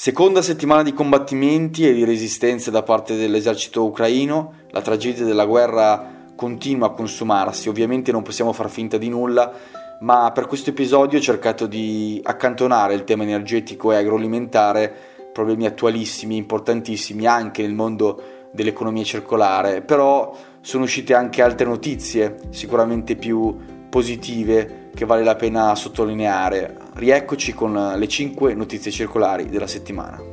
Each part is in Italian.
Seconda settimana di combattimenti e di resistenze da parte dell'esercito ucraino, la tragedia della guerra continua a consumarsi, ovviamente non possiamo far finta di nulla, ma per questo episodio ho cercato di accantonare il tema energetico e agroalimentare, problemi attualissimi, importantissimi anche nel mondo dell'economia circolare, però sono uscite anche altre notizie, sicuramente più positive, che vale la pena sottolineare. Rieccoci con le 5 notizie circolari della settimana.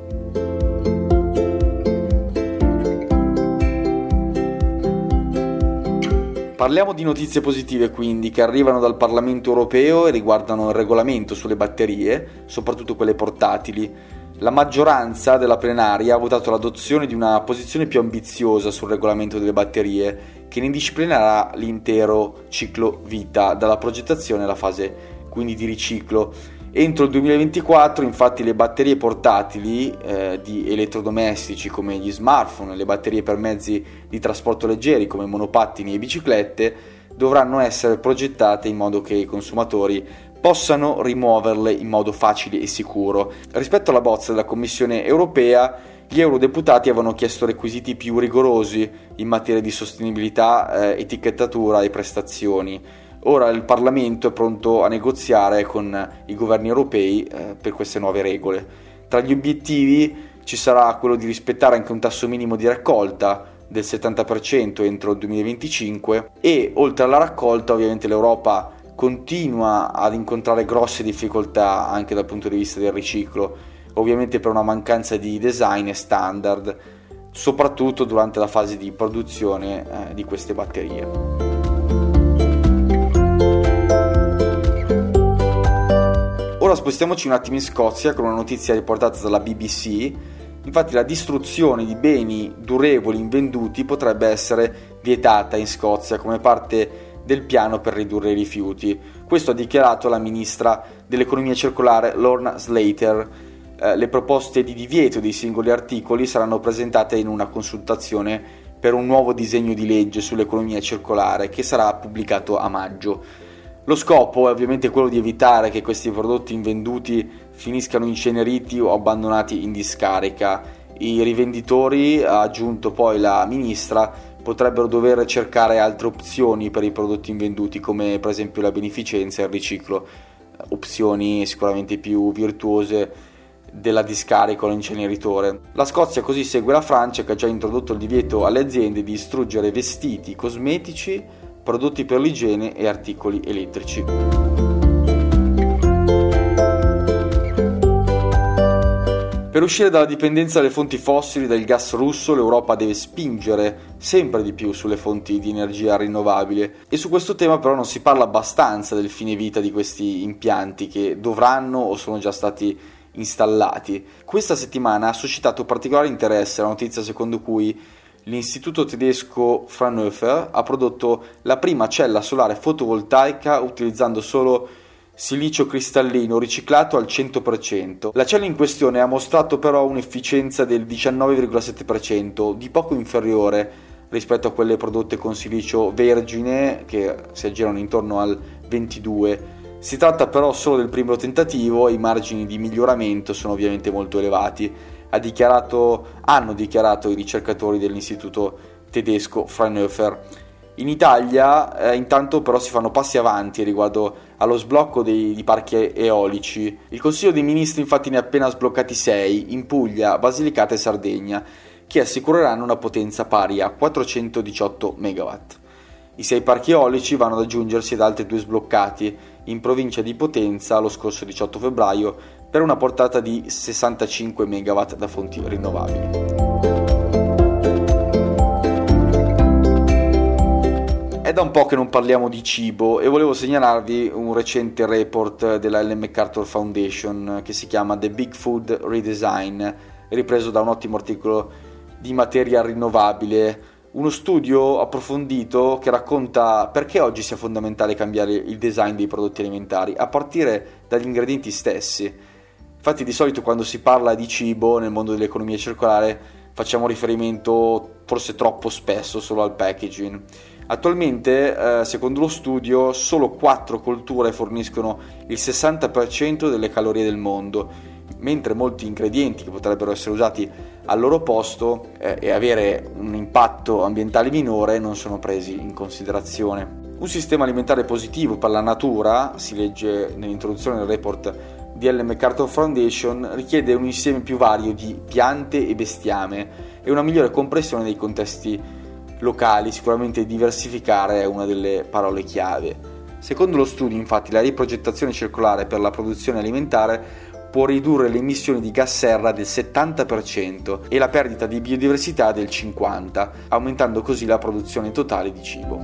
Parliamo di notizie positive quindi che arrivano dal Parlamento europeo e riguardano il regolamento sulle batterie, soprattutto quelle portatili. La maggioranza della plenaria ha votato l'adozione di una posizione più ambiziosa sul regolamento delle batterie che ne disciplinerà l'intero ciclo vita, dalla progettazione alla fase quindi di riciclo. Entro il 2024 infatti le batterie portatili di elettrodomestici come gli smartphone, le batterie per mezzi di trasporto leggeri come monopattini e biciclette dovranno essere progettate in modo che i consumatori possano rimuoverle in modo facile e sicuro. Rispetto alla bozza della Commissione europea, gli eurodeputati avevano chiesto requisiti più rigorosi in materia di sostenibilità, etichettatura e prestazioni. Ora il Parlamento è pronto a negoziare con i governi europei per queste nuove regole. Tra gli obiettivi ci sarà quello di rispettare anche un tasso minimo di raccolta del 70% entro il 2025 e oltre alla raccolta ovviamente l'Europa continua ad incontrare grosse difficoltà anche dal punto di vista del riciclo, ovviamente per una mancanza di design e standard, soprattutto durante la fase di produzione di queste batterie. Ora spostiamoci un attimo in Scozia con una notizia riportata dalla BBC. Infatti la distruzione di beni durevoli invenduti potrebbe essere vietata in Scozia come parte del piano per ridurre i rifiuti. Questo ha dichiarato la ministra dell'economia circolare Lorna Slater. Le proposte di divieto dei singoli articoli saranno presentate in una consultazione per un nuovo disegno di legge sull'economia circolare che sarà pubblicato a maggio. Lo scopo è ovviamente quello di evitare che questi prodotti invenduti finiscano inceneriti o abbandonati in discarica. I rivenditori, ha aggiunto poi la ministra, potrebbero dover cercare altre opzioni per i prodotti invenduti, come per esempio la beneficenza e il riciclo, opzioni sicuramente più virtuose della discarica o l'inceneritore. La Scozia così segue la Francia, che ha già introdotto il divieto alle aziende di distruggere vestiti, cosmetici, prodotti per l'igiene e articoli elettrici. Per uscire dalla dipendenza dalle fonti fossili e dal gas russo, l'Europa deve spingere sempre di più sulle fonti di energia rinnovabile e su questo tema però non si parla abbastanza del fine vita di questi impianti che dovranno o sono già stati installati. Questa settimana ha suscitato particolare interesse la notizia secondo cui l'istituto tedesco Fraunhofer ha prodotto la prima cella solare fotovoltaica utilizzando solo silicio cristallino riciclato al 100%. La cella in questione ha mostrato però un'efficienza del 19,7%, di poco inferiore rispetto a quelle prodotte con silicio vergine che si aggirano intorno al 22%. Si tratta però solo del primo tentativo e i margini di miglioramento sono ovviamente molto elevati. Hanno dichiarato i ricercatori dell'istituto tedesco Fraunhofer. In Italia intanto però si fanno passi avanti riguardo allo sblocco di parchi eolici. Il Consiglio dei Ministri infatti ne ha appena sbloccati 6 in Puglia, Basilicata e Sardegna, che assicureranno una potenza pari a 418 MW. I 6 parchi eolici vanno ad aggiungersi ad altri 2 sbloccati in provincia di Potenza lo scorso 18 febbraio per una portata di 65 MW da fonti rinnovabili. È da un po' che non parliamo di cibo e volevo segnalarvi un recente report della Ellen MacArthur Foundation che si chiama The Big Food Redesign, ripreso da un ottimo articolo di Materia Rinnovabile, uno studio approfondito che racconta perché oggi sia fondamentale cambiare il design dei prodotti alimentari, a partire dagli ingredienti stessi. Infatti di solito quando si parla di cibo nel mondo dell'economia circolare facciamo riferimento forse troppo spesso solo al packaging. Attualmente, secondo lo studio, solo 4 colture forniscono il 60% delle calorie del mondo. mentre molti ingredienti che potrebbero essere usati al loro posto e avere un impatto ambientale minore non sono presi in considerazione. Un sistema alimentare positivo per la natura, si legge nell'introduzione del report di Ellen MacArthur Foundation, richiede un insieme più vario di piante e bestiame e una migliore comprensione dei contesti locali. Sicuramente diversificare è una delle parole chiave. Secondo lo studio, infatti, la riprogettazione circolare per la produzione alimentare può ridurre le emissioni di gas serra del 70% e la perdita di biodiversità del 50%, aumentando così la produzione totale di cibo.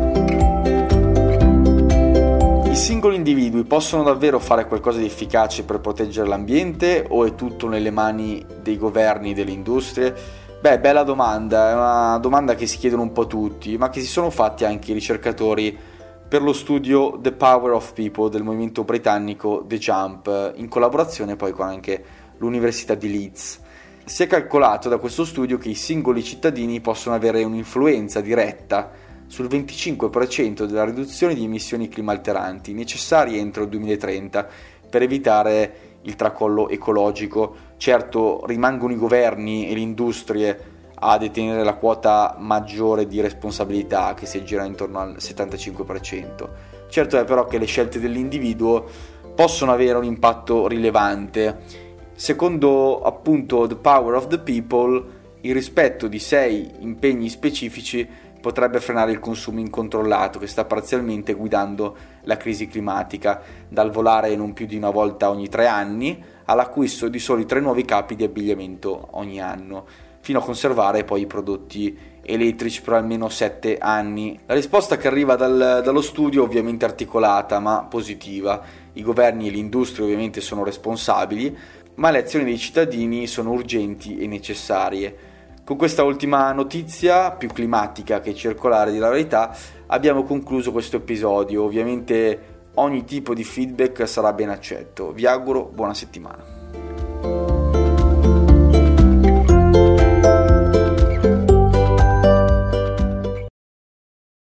I singoli individui possono davvero fare qualcosa di efficace per proteggere l'ambiente o è tutto nelle mani dei governi e delle industrie? Bella domanda, è una domanda che si chiedono un po' tutti, ma che si sono fatti anche i ricercatori per lo studio The Power of People del movimento britannico The Jump, in collaborazione poi con anche l'Università di Leeds. Si è calcolato da questo studio che i singoli cittadini possono avere un'influenza diretta sul 25% della riduzione di emissioni climalteranti necessarie entro il 2030 per evitare il tracollo ecologico. Certo, rimangono i governi e le industrie a detenere la quota maggiore di responsabilità, che si aggira intorno al 75%. Certo è però che le scelte dell'individuo possono avere un impatto rilevante. Secondo appunto The Power of the People, il rispetto di 6 impegni specifici potrebbe frenare il consumo incontrollato che sta parzialmente guidando la crisi climatica, dal volare non più di una volta ogni 3 anni all'acquisto di soli 3 nuovi capi di abbigliamento ogni anno, fino a conservare poi i prodotti elettrici per almeno 7 anni. La risposta che arriva dallo studio è ovviamente articolata ma positiva. I governi e l'industria ovviamente sono responsabili, ma le azioni dei cittadini sono urgenti e necessarie. Con questa ultima notizia, più climatica che circolare di la verità, abbiamo concluso questo episodio. Ovviamente ogni tipo di feedback sarà ben accetto. Vi auguro buona settimana.